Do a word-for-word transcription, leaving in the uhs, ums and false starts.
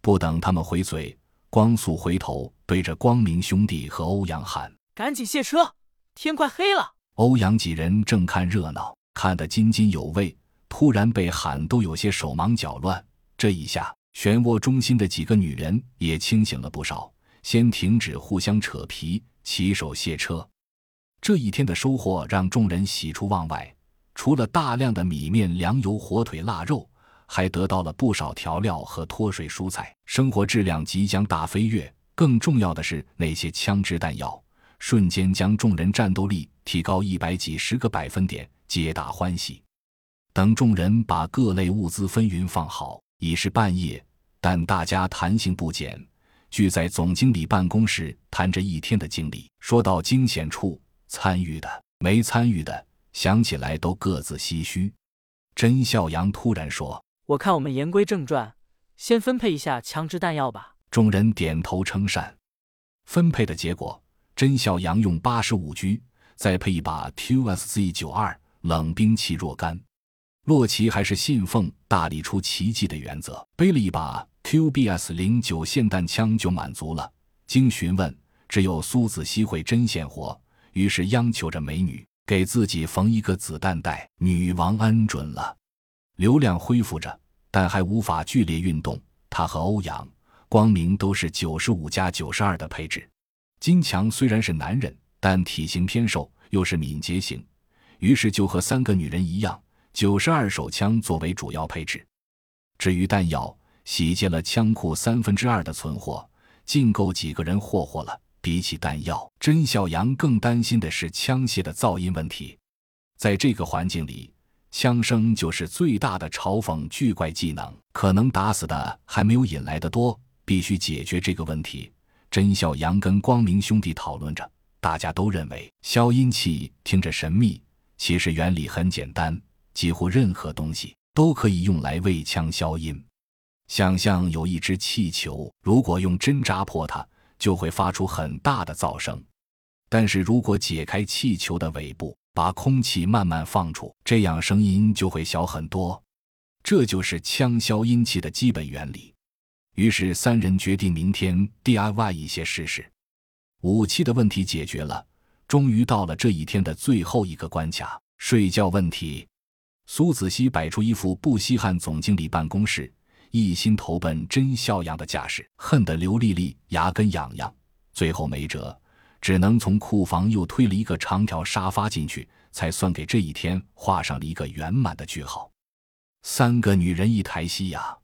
不等他们回嘴，光速回头对着光明兄弟和欧阳喊： 赶紧卸车，天快黑了。 欧阳几人正看热闹，看得津津有味，突然被喊都有些手忙脚乱。这一下漩涡中心的几个女人也清醒了不少，先停止互相扯皮，起手卸车。这一天的收获让众人喜出望外，除了大量的米面、粮油、火腿、腊肉，还得到了不少调料和脱水蔬菜，生活质量即将大飞跃。更重要的是，那些枪支弹药瞬间将众人战斗力提高一百几十个百分点，皆大欢喜。等众人把各类物资分匀放好，已是半夜，但大家弹性不减，聚在总经理办公室谈着一天的经历。说到惊险处，参与的没参与的想起来都各自唏嘘。甄孝阳突然说： 我看我们言归正传，先分配一下枪支弹药吧。 众人点头称善。分配的结果，甄孝阳用八十五狙，再配一把 Q S Z 九十二，冷兵器若干。洛奇还是信奉大力出奇迹的原则，背了一把 Q B S 零九 霰弹枪就满足了。经询问，只有苏子熙会针线活，于是央求着美女给自己缝一个子弹带。女王恩准了。流量恢复着，但还无法剧烈运动。他和欧阳、光明都是九十五加九十二的配置。金强虽然是男人，但体型偏瘦，又是敏捷型，于是就和三个女人一样，九十二手枪作为主要配置。至于弹药，洗劫了枪库三分之二的存货，尽够几个人霍霍了。比起弹药，甄孝阳更担心的是枪械的噪音问题。在这个环境里，枪声就是最大的嘲讽巨怪技能，可能打死的还没有引来的多，必须解决这个问题。甄孝阳跟光明兄弟讨论着，大家都认为消音器听着神秘，其实原理很简单，几乎任何东西都可以用来为枪消音。想象有一只气球，如果用针扎破它，就会发出很大的噪声，但是如果解开气球的尾部，把空气慢慢放出，这样声音就会小很多。这就是枪消音器的基本原理。于是三人决定明天 D I Y 一些试试。武器的问题解决了，终于到了这一天的最后一个关卡，睡觉问题。苏子熙摆出一副不稀罕总经理办公室，一心投奔甄孝阳的架势，恨得刘丽丽牙根痒痒，最后没辙，只能从库房又推了一个长条沙发进去，才算给这一天画上了一个圆满的句号。三个女人一台戏呀。